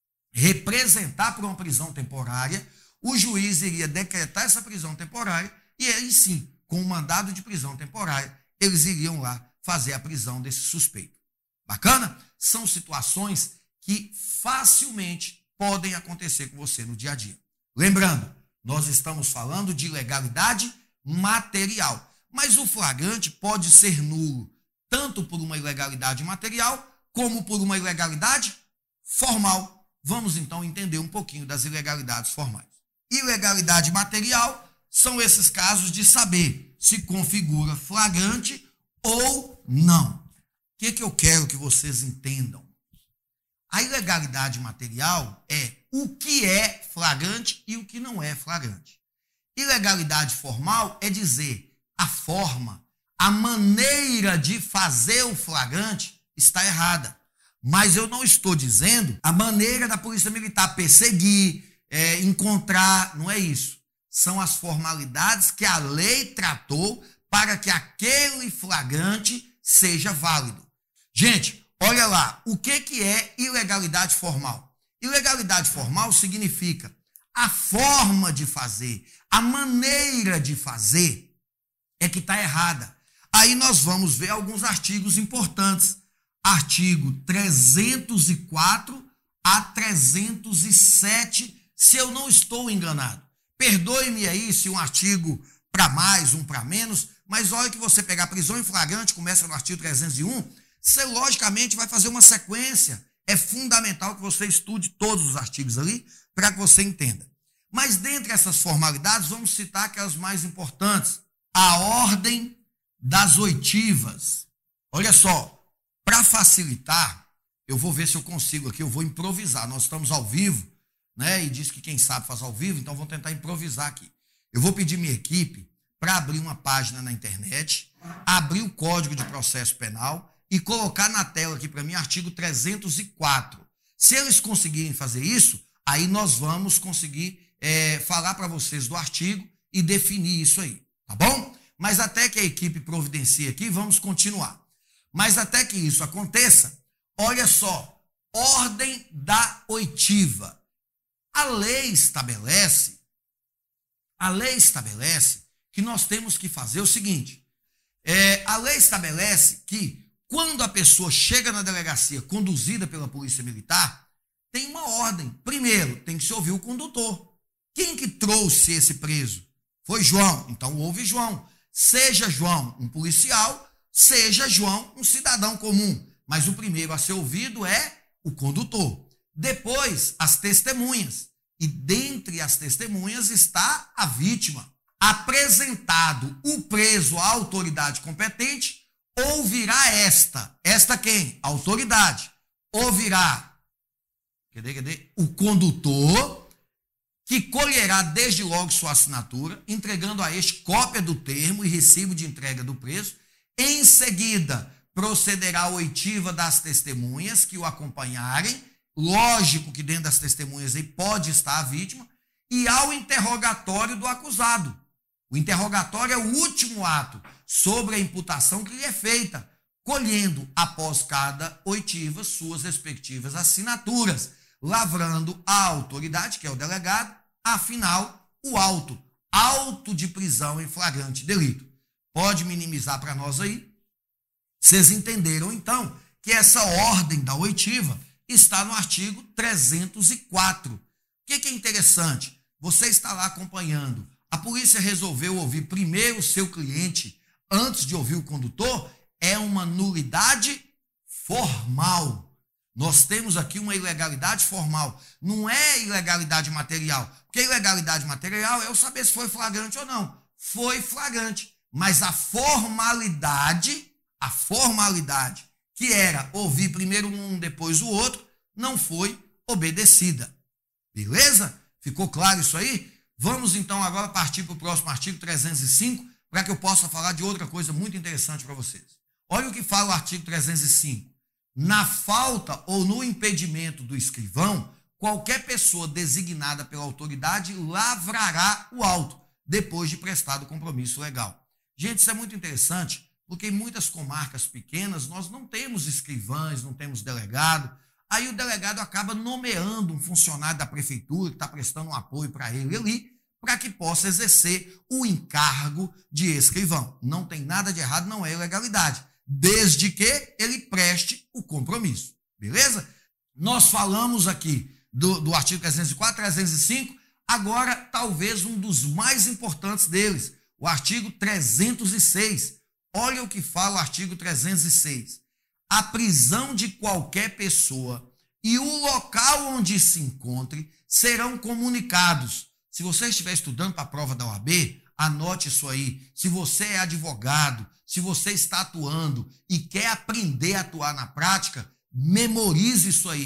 representar por uma prisão temporária, o juiz iria decretar essa prisão temporária e aí sim, com o mandado de prisão temporária, eles iriam lá fazer a prisão desse suspeito. Bacana? São situações que facilmente podem acontecer com você no dia a dia. Lembrando, nós estamos falando de ilegalidade material, mas o flagrante pode ser nulo tanto por uma ilegalidade material como por uma ilegalidade formal. Vamos então entender um pouquinho das ilegalidades formais. Ilegalidade material são esses casos de saber se configura flagrante ou não. O que eu quero que vocês entendam? A ilegalidade material é o que é flagrante e o que não é flagrante. Ilegalidade formal é dizer a forma, a maneira de fazer o flagrante está errada. Mas eu não estou dizendo a maneira da Polícia Militar perseguir, encontrar, não é isso. São as formalidades que a lei tratou para que aquele flagrante seja válido. Gente, olha lá, o que é ilegalidade formal? Ilegalidade formal significa a forma de fazer, a maneira de fazer é que está errada. Aí nós vamos ver alguns artigos importantes. Artigo 304 a 307, se eu não estou enganado. Perdoe-me aí se um artigo para mais, um para menos, mas olha que você pegar prisão em flagrante, começa no artigo 301, você logicamente vai fazer uma sequência. É fundamental que você estude todos os artigos ali para que você entenda. Mas dentre essas formalidades, vamos citar aquelas mais importantes. A ordem das oitivas. Olha só, para facilitar, eu vou ver se eu consigo aqui, eu vou improvisar. Nós estamos ao vivo, né? E diz que quem sabe faz ao vivo, então vou tentar improvisar aqui. Eu vou pedir minha equipe para abrir uma página na internet, abrir o Código de Processo Penal e colocar na tela aqui para mim artigo 304. Se eles conseguirem fazer isso, aí nós vamos conseguir falar para vocês do artigo e definir isso aí, tá bom? Mas até que a equipe providencie aqui, vamos continuar. Mas até que isso aconteça, olha só, ordem da oitiva. A lei estabelece que nós temos que fazer o seguinte, a lei estabelece que quando a pessoa chega na delegacia conduzida pela Polícia Militar, tem uma ordem. Primeiro, tem que se ouvir o condutor. Quem que trouxe esse preso? Foi João, então ouve João. Seja João um policial, seja João um cidadão comum, mas o primeiro a ser ouvido é o condutor. Depois, as testemunhas. E dentre as testemunhas está a vítima. Apresentado o preso à autoridade competente, ouvirá esta quem? A autoridade. Ouvirá o condutor, que colherá desde logo sua assinatura, entregando a este cópia do termo e recibo de entrega do preso. Em seguida, procederá a oitiva das testemunhas que o acompanharem. Lógico que dentro das testemunhas aí pode estar a vítima. E ao interrogatório do acusado. O interrogatório é o último ato sobre a imputação que lhe é feita, colhendo, após cada oitiva, suas respectivas assinaturas, lavrando a autoridade, que é o delegado, afinal, o auto de prisão em flagrante delito. Pode minimizar para nós aí? Vocês entenderam, então, que essa ordem da oitiva está no artigo 304. O que é interessante? Você está lá acompanhando. A polícia resolveu ouvir primeiro o seu cliente antes de ouvir o condutor. É uma nulidade formal. Nós temos aqui uma ilegalidade formal. Não é ilegalidade material. Porque ilegalidade material é eu saber se foi flagrante ou não. Foi flagrante. Mas a formalidade, que era ouvir primeiro um, depois o outro, não foi obedecida. Beleza? Ficou claro isso aí? Vamos então agora partir para o próximo artigo 305, para que eu possa falar de outra coisa muito interessante para vocês. Olha o que fala o artigo 305. Na falta ou no impedimento do escrivão, qualquer pessoa designada pela autoridade lavrará o auto, depois de prestado compromisso legal. Gente, isso é muito interessante, porque em muitas comarcas pequenas nós não temos escrivães, não temos delegado. Aí o delegado acaba nomeando um funcionário da prefeitura que está prestando um apoio para ele ali, para que possa exercer o encargo de escrivão. Não tem nada de errado, não é ilegalidade, desde que ele preste o compromisso. Beleza? Nós falamos aqui do artigo 304, 305, agora talvez um dos mais importantes deles, o artigo 306. Olha o que fala o artigo 306. A prisão de qualquer pessoa e o local onde se encontre serão comunicados. Se você estiver estudando para a prova da OAB, anote isso aí. Se você é advogado, se você está atuando e quer aprender a atuar na prática, memorize isso aí.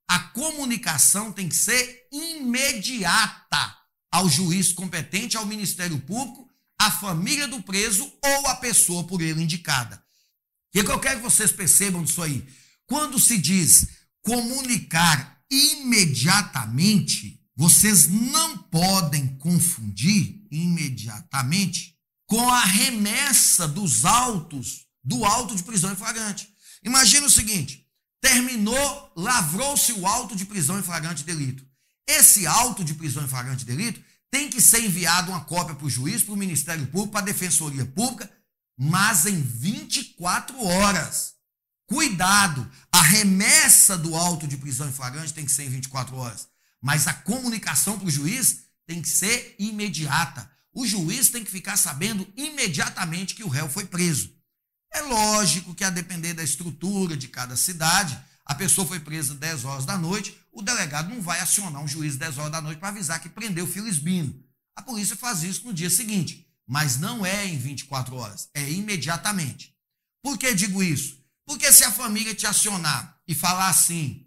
A comunicação tem que ser imediata ao juiz competente, ao Ministério Público, à família do preso ou à pessoa por ele indicada. E o que eu quero que vocês percebam disso aí? Quando se diz comunicar imediatamente, vocês não podem confundir imediatamente com a remessa dos autos, do auto de prisão em flagrante. Imagina o seguinte, terminou, lavrou-se o auto de prisão em flagrante delito. Esse auto de prisão em flagrante delito tem que ser enviado uma cópia para o juiz, para o Ministério Público, para a Defensoria Pública, mas em 24 horas. Cuidado, a remessa do auto de prisão em flagrante tem que ser em 24 horas, mas a comunicação para o juiz tem que ser imediata. O juiz tem que ficar sabendo imediatamente que o réu foi preso. É lógico que, a depender da estrutura de cada cidade, a pessoa foi presa 10 horas da noite, o delegado não vai acionar um juiz 10 horas da noite para avisar que prendeu o Filisbino. A polícia faz isso no dia seguinte, mas não é em 24 horas, é imediatamente. Por que digo isso? Porque se a família te acionar e falar assim,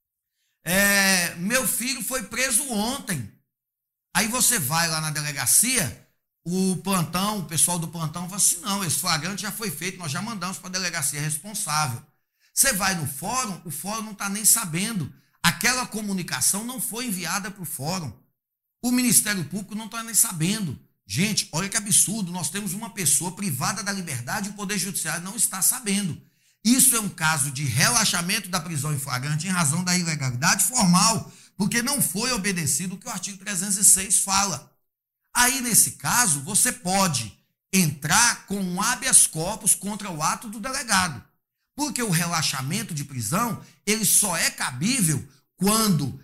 meu filho foi preso ontem, aí você vai lá na delegacia, o plantão, o pessoal do plantão fala assim, não, esse flagrante já foi feito, nós já mandamos para a delegacia responsável. Você vai no fórum, o fórum não está nem sabendo, aquela comunicação não foi enviada para o fórum, o Ministério Público não está nem sabendo. Gente, olha que absurdo, nós temos uma pessoa privada da liberdade e o Poder Judiciário não está sabendo. Isso é um caso de relaxamento da prisão em flagrante em razão da ilegalidade formal, porque não foi obedecido o que o artigo 306 fala. Aí, nesse caso, você pode entrar com um habeas corpus contra o ato do delegado, porque o relaxamento de prisão ele só é cabível quando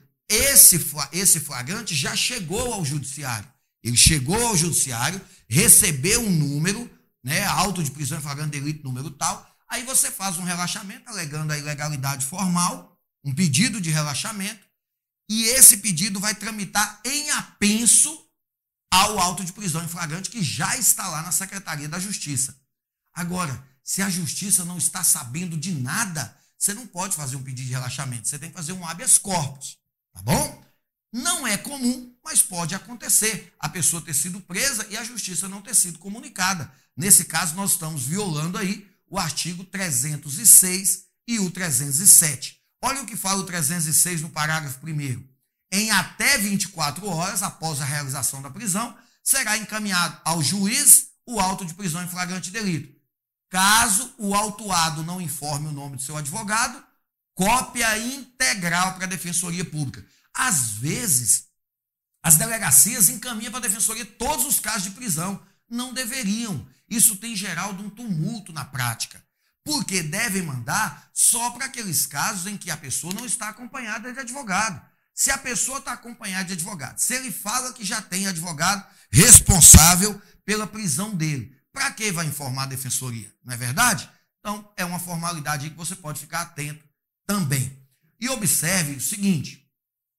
esse flagrante já chegou ao judiciário. Ele chegou ao judiciário, recebeu um número, auto de prisão em flagrante delito número tal, aí você faz um relaxamento alegando a ilegalidade formal, um pedido de relaxamento, e esse pedido vai tramitar em apenso ao auto de prisão em flagrante que já está lá na Secretaria da Justiça. Agora, se a Justiça não está sabendo de nada, você não pode fazer um pedido de relaxamento, você tem que fazer um habeas corpus, tá bom? Não é comum, mas pode acontecer a pessoa ter sido presa e a Justiça não ter sido comunicada. Nesse caso, nós estamos violando aí o artigo 306 e o 307. Olha o que fala o 306 no parágrafo 1º. Em até 24 horas após a realização da prisão, será encaminhado ao juiz o auto de prisão em flagrante delito. Caso o autuado não informe o nome do seu advogado, cópia integral para a Defensoria Pública. Às vezes, as delegacias encaminham para a Defensoria todos os casos de prisão. Não deveriam. Isso tem gerado um tumulto na prática, porque devem mandar só para aqueles casos em que a pessoa não está acompanhada de advogado. Se a pessoa está acompanhada de advogado, se ele fala que já tem advogado responsável pela prisão dele, para que vai informar a Defensoria? Não é verdade? Então, é uma formalidade aí que você pode ficar atento também. E observe o seguinte,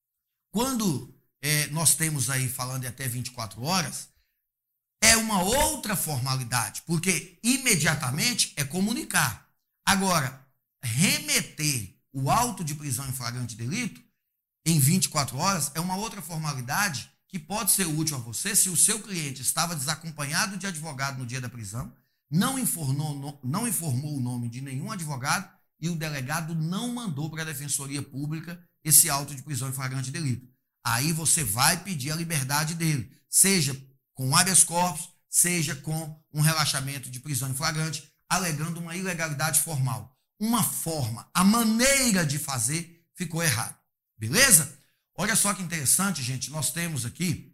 quando nós temos aí falando de até 24 horas, é uma outra formalidade, porque imediatamente é comunicar. Agora, remeter o auto de prisão em flagrante delito em 24 horas é uma outra formalidade que pode ser útil a você se o seu cliente estava desacompanhado de advogado no dia da prisão, não informou o nome de nenhum advogado e o delegado não mandou para a Defensoria Pública esse auto de prisão em flagrante delito. Aí você vai pedir a liberdade dele, seja com habeas corpus, seja com um relaxamento de prisão em flagrante, alegando uma ilegalidade formal. Uma forma, a maneira de fazer ficou errada. Beleza? Olha só que interessante, gente, nós temos aqui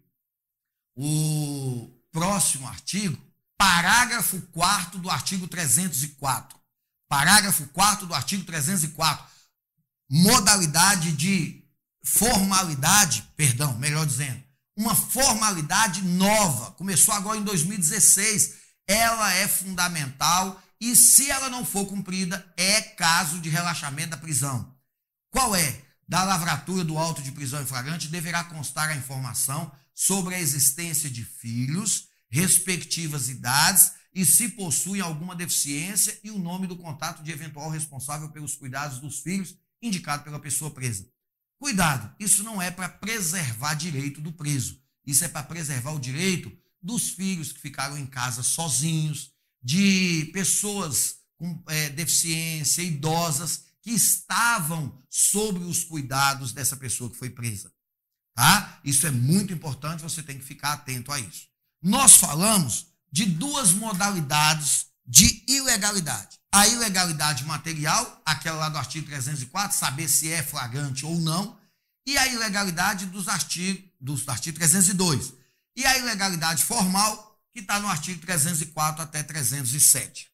o próximo artigo, parágrafo 4º do artigo 304. Parágrafo 4º do artigo 304. Modalidade de formalidade, melhor dizendo, uma formalidade nova, começou agora em 2016, ela é fundamental e se ela não for cumprida, é caso de relaxamento da prisão. Qual é? Da lavratura do auto de prisão em flagrante deverá constar a informação sobre a existência de filhos, respectivas idades e se possuem alguma deficiência e o nome do contato de eventual responsável pelos cuidados dos filhos indicado pela pessoa presa. Cuidado, isso não é para preservar direito do preso. Isso é para preservar o direito dos filhos que ficaram em casa sozinhos, de pessoas com deficiência, idosas, que estavam sob os cuidados dessa pessoa que foi presa. Tá? Isso é muito importante, você tem que ficar atento a isso. Nós falamos de duas modalidades de ilegalidade. A ilegalidade material, aquela lá do artigo 304, saber se é flagrante ou não, e a ilegalidade do artigo 302. E a ilegalidade formal, que está no artigo 304 até 307.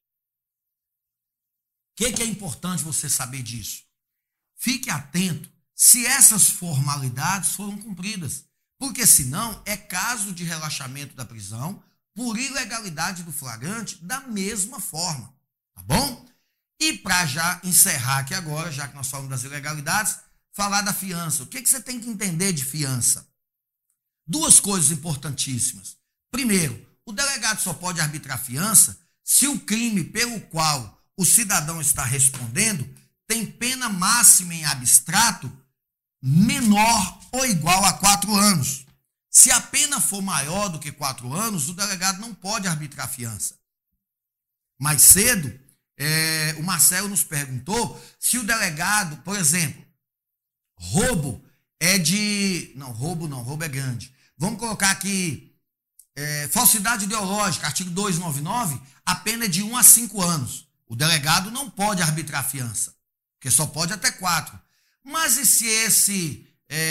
O que é importante você saber disso? Fique atento se essas formalidades foram cumpridas, porque senão é caso de relaxamento da prisão por ilegalidade do flagrante da mesma forma, tá bom? E para já encerrar aqui agora, já que nós falamos das ilegalidades, falar da fiança. O que você tem que entender de fiança? Duas coisas importantíssimas. Primeiro, o delegado só pode arbitrar fiança se o crime pelo qual o cidadão está respondendo tem pena máxima em abstrato menor ou igual a 4 anos. Se a pena for maior do que 4 anos, o delegado não pode arbitrar fiança. Mais cedo, o Marcelo nos perguntou se o delegado, por exemplo, roubo é de... Não, roubo é grande. Vamos colocar aqui, falsidade ideológica, artigo 299, a pena é de 1 a 5 anos. O delegado não pode arbitrar fiança, porque só pode até 4. Mas e se esse...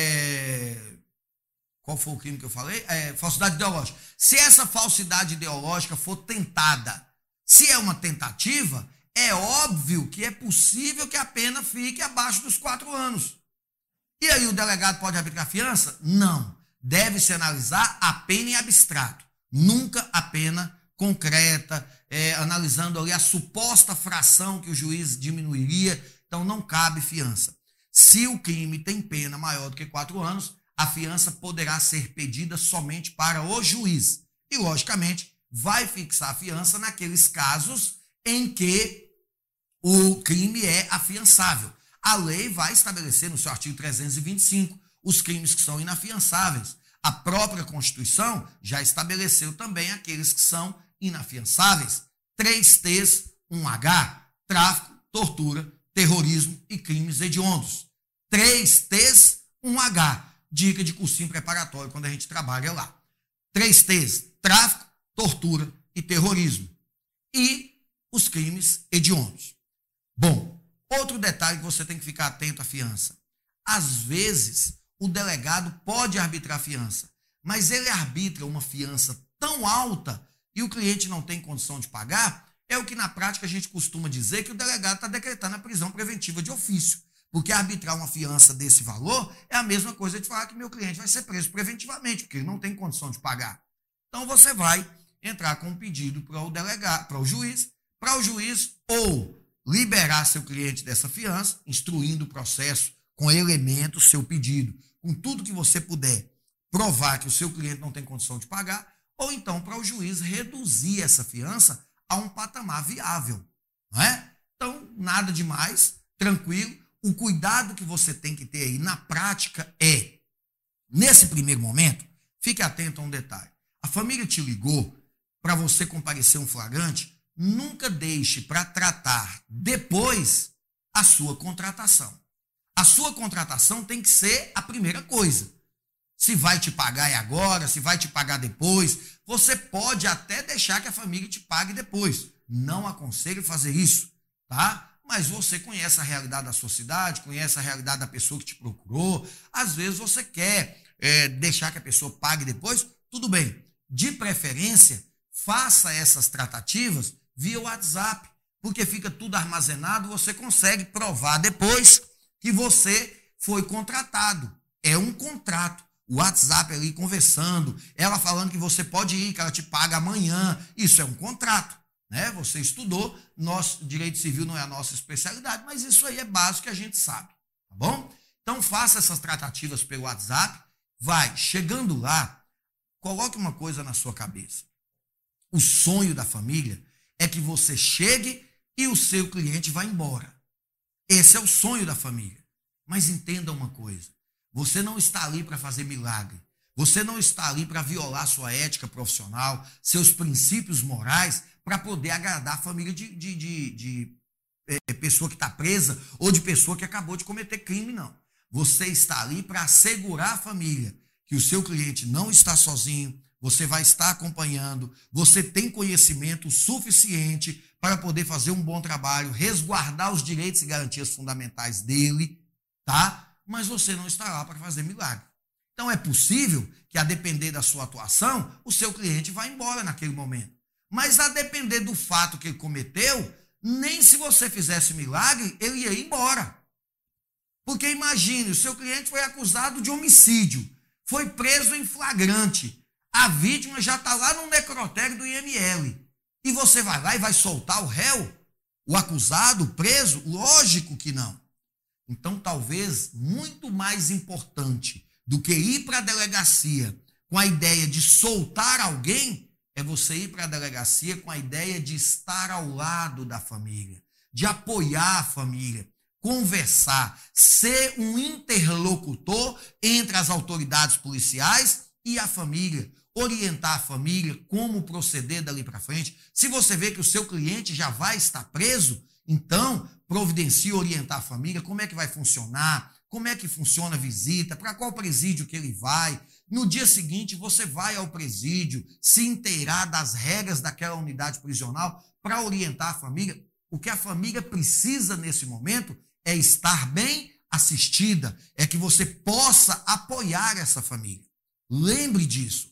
Qual foi o crime que eu falei? Falsidade ideológica. Se essa falsidade ideológica for tentada, se é uma tentativa, é óbvio que é possível que a pena fique abaixo dos 4 anos. E aí o delegado pode arbitrar fiança? Não. Deve-se analisar a pena em abstrato, nunca a pena concreta, analisando ali a suposta fração que o juiz diminuiria. Então não cabe fiança. Se o crime tem pena maior do que 4 anos, a fiança poderá ser pedida somente para o juiz. E, logicamente, vai fixar a fiança naqueles casos em que o crime é afiançável. A lei vai estabelecer no seu artigo 325 os crimes que são inafiançáveis. A própria Constituição já estabeleceu também aqueles que são inafiançáveis. 3 T's, 1H, tráfico, tortura, terrorismo e crimes hediondos. 3 T's, 1H, dica de cursinho preparatório quando a gente trabalha lá. 3 T's, tráfico, tortura e terrorismo. E os crimes hediondos. Bom, outro detalhe que você tem que ficar atento à fiança. Às vezes, o delegado pode arbitrar fiança, mas ele arbitra uma fiança tão alta e o cliente não tem condição de pagar, é o que na prática a gente costuma dizer que o delegado está decretando a prisão preventiva de ofício. Porque arbitrar uma fiança desse valor é a mesma coisa de falar que meu cliente vai ser preso preventivamente, porque ele não tem condição de pagar. Então você vai entrar com um pedido para o delegado, para o juiz ou liberar seu cliente dessa fiança, instruindo o processo com elementos, seu pedido, com tudo que você puder provar que o seu cliente não tem condição de pagar, ou então para o juiz reduzir essa fiança a um patamar viável, não é? Então, nada demais, tranquilo. O cuidado que você tem que ter aí na prática é, nesse primeiro momento, fique atento a um detalhe. A família te ligou para você comparecer um flagrante, nunca deixe para tratar depois a sua contratação. A sua contratação tem que ser a primeira coisa. Se vai te pagar agora, se vai te pagar depois, você pode até deixar que a família te pague depois. Não aconselho fazer isso, tá? Mas você conhece a realidade da sua cidade, conhece a realidade da pessoa que te procurou. Às vezes você quer deixar que a pessoa pague depois, tudo bem. De preferência, faça essas tratativas via WhatsApp, porque fica tudo armazenado, você consegue provar depois que você foi contratado. É um contrato. O WhatsApp ali conversando, ela falando que você pode ir, que ela te paga amanhã. Isso é um contrato, né? Você estudou, direito civil não é a nossa especialidade, mas isso aí é básico que a gente sabe, tá bom? Então faça essas tratativas pelo WhatsApp, vai, chegando lá, coloque uma coisa na sua cabeça. O sonho da família é que você chegue e o seu cliente vá embora. Esse é o sonho da família. Mas entenda uma coisa, Você não está ali para fazer milagre. Você não está ali para violar sua ética profissional, seus princípios morais, para poder agradar a família de pessoa que está presa ou de pessoa que acabou de cometer crime, não. Você está ali para assegurar a família que o seu cliente não está sozinho, você vai estar acompanhando, você tem conhecimento suficiente para poder fazer um bom trabalho, resguardar os direitos e garantias fundamentais dele, tá? Mas você não está lá para fazer milagre. Então é possível que, a depender da sua atuação, o seu cliente vá embora naquele momento. Mas a depender do fato que ele cometeu, nem se você fizesse milagre, ele ia embora. Porque imagine, o seu cliente foi acusado de homicídio, foi preso em flagrante, a vítima já está lá no necrotério do IML, e você vai lá e vai soltar o réu, o acusado, o preso? Lógico que não. Então, talvez, muito mais importante do que ir para a delegacia com a ideia de soltar alguém, é você ir para a delegacia com a ideia de estar ao lado da família, de apoiar a família, conversar, ser um interlocutor entre as autoridades policiais e a família, orientar a família como proceder dali para frente. Se você vê que o seu cliente já vai estar preso, então providencie orientar a família, como é que vai funcionar, como é que funciona a visita, para qual presídio que ele vai. No dia seguinte, você vai ao presídio, se inteirar das regras daquela unidade prisional para orientar a família. O que a família precisa nesse momento é estar bem assistida, é que você possa apoiar essa família. Lembre disso.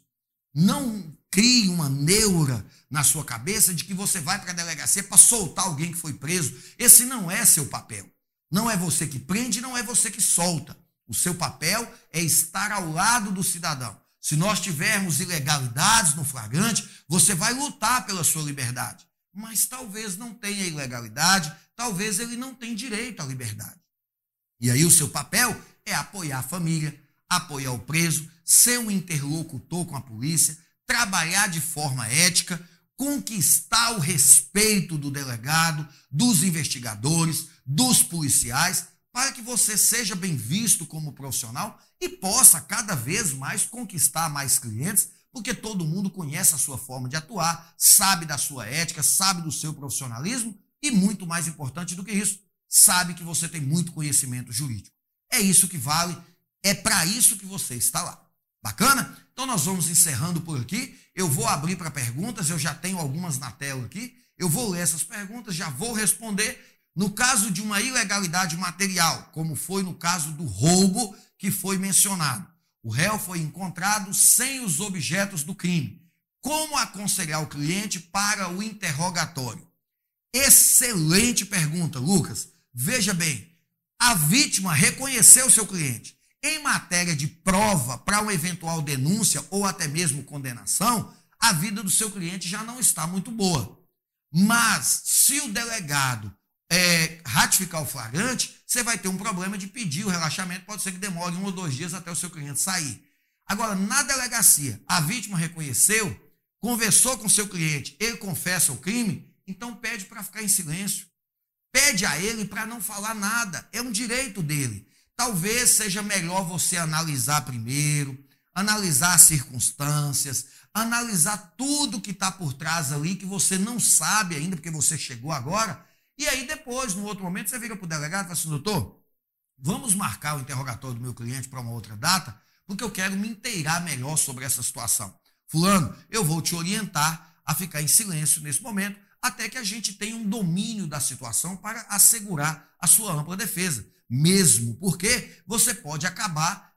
Não crie uma neura na sua cabeça de que você vai para a delegacia para soltar alguém que foi preso. Esse não é seu papel. Não é você que prende, não é você que solta. O seu papel é estar ao lado do cidadão. Se nós tivermos ilegalidades no flagrante, você vai lutar pela sua liberdade. Mas talvez não tenha ilegalidade, talvez ele não tenha direito à liberdade. E aí o seu papel é apoiar a família, apoiar o preso, ser um interlocutor com a polícia, trabalhar de forma ética, conquistar o respeito do delegado, dos investigadores, dos policiais, para que você seja bem visto como profissional e possa cada vez mais conquistar mais clientes, porque todo mundo conhece a sua forma de atuar, sabe da sua ética, sabe do seu profissionalismo e, muito mais importante do que isso, sabe que você tem muito conhecimento jurídico. É isso que vale, é para isso que você está lá. Bacana? Então nós vamos encerrando por aqui. Eu vou abrir para perguntas, eu já tenho algumas na tela aqui. Eu vou ler essas perguntas, já vou responder. No caso de uma ilegalidade material, como foi no caso do roubo que foi mencionado, o réu foi encontrado sem os objetos do crime. Como aconselhar o cliente para o interrogatório? Excelente pergunta, Lucas. Veja bem, a vítima reconheceu seu cliente. Em matéria de prova para uma eventual denúncia ou até mesmo condenação, a vida do seu cliente já não está muito boa. Mas, se o delegado ratificar o flagrante, você vai ter um problema de pedir o relaxamento, pode ser que demore 1 ou 2 dias até o seu cliente sair. Agora, na delegacia, a vítima reconheceu, conversou com seu cliente, ele confessa o crime, então pede para ficar em silêncio. Pede a ele para não falar nada, é um direito dele. Talvez seja melhor você analisar primeiro, analisar as circunstâncias, analisar tudo que está por trás ali, que você não sabe ainda, porque você chegou agora. E aí depois, no outro momento, você vira para o delegado e fala assim: doutor, vamos marcar o interrogatório do meu cliente para uma outra data, porque eu quero me inteirar melhor sobre essa situação. Fulano, eu vou te orientar a ficar em silêncio nesse momento, até que a gente tenha um domínio da situação para assegurar a sua ampla defesa. Mesmo porque você pode acabar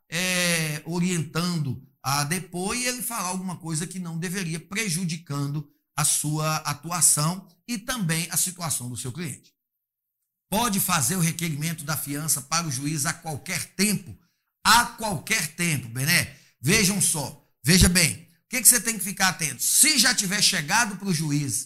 orientando a depor e ele falar alguma coisa que não deveria, prejudicando a sua atuação e também a situação do seu cliente. Pode fazer o requerimento da fiança para o juiz a qualquer tempo? A qualquer tempo, Bené. Vejam só, veja bem, o que você tem que ficar atento? Se já tiver chegado para o juiz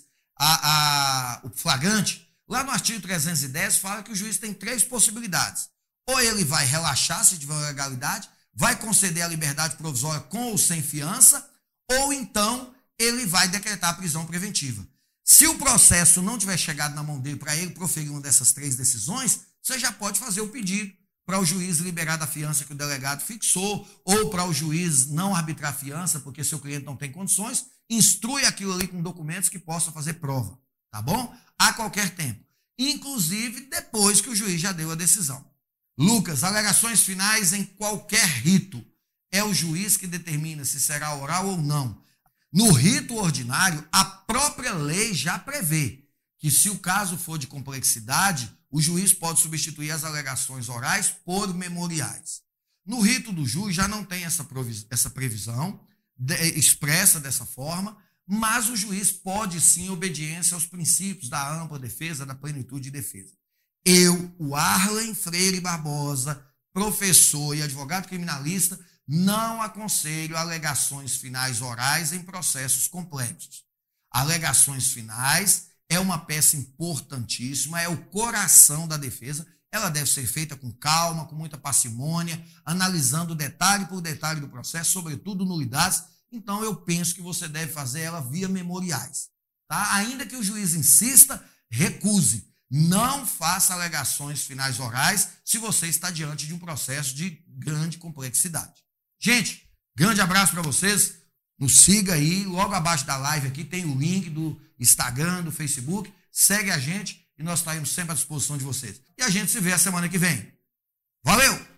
o flagrante, lá no artigo 310 fala que o juiz tem 3 possibilidades. Ou ele vai relaxar se tiver legalidade, vai conceder a liberdade provisória com ou sem fiança, ou então ele vai decretar a prisão preventiva. Se o processo não tiver chegado na mão dele para ele proferir uma dessas 3 decisões, você já pode fazer o pedido para o juiz liberar da fiança que o delegado fixou, ou para o juiz não arbitrar a fiança, porque seu cliente não tem condições, instrui aquilo ali com documentos que possam fazer prova, tá bom? A qualquer tempo, inclusive depois que o juiz já deu a decisão. Lucas, alegações finais em qualquer rito. É o juiz que determina se será oral ou não. No rito ordinário, a própria lei já prevê que, se o caso for de complexidade, o juiz pode substituir as alegações orais por memoriais. No rito do júri já não tem essa previsão expressa dessa forma, mas o juiz pode sim obediência aos princípios da ampla defesa, da plenitude de defesa. Eu, o Arlen Freire Barbosa, professor e advogado criminalista, não aconselho alegações finais orais em processos complexos. Alegações finais é uma peça importantíssima, é o coração da defesa. Ela deve ser feita com calma, com muita parcimônia, analisando detalhe por detalhe do processo, sobretudo nulidades. Então, eu penso que você deve fazer ela via memoriais. Tá? Ainda que o juiz insista, recuse. Não faça alegações finais orais se você está diante de um processo de grande complexidade. Gente, grande abraço para vocês. Nos siga aí, logo abaixo da live aqui tem o link do Instagram, do Facebook. Segue a gente e nós estaremos sempre à disposição de vocês. E a gente se vê a semana que vem. Valeu!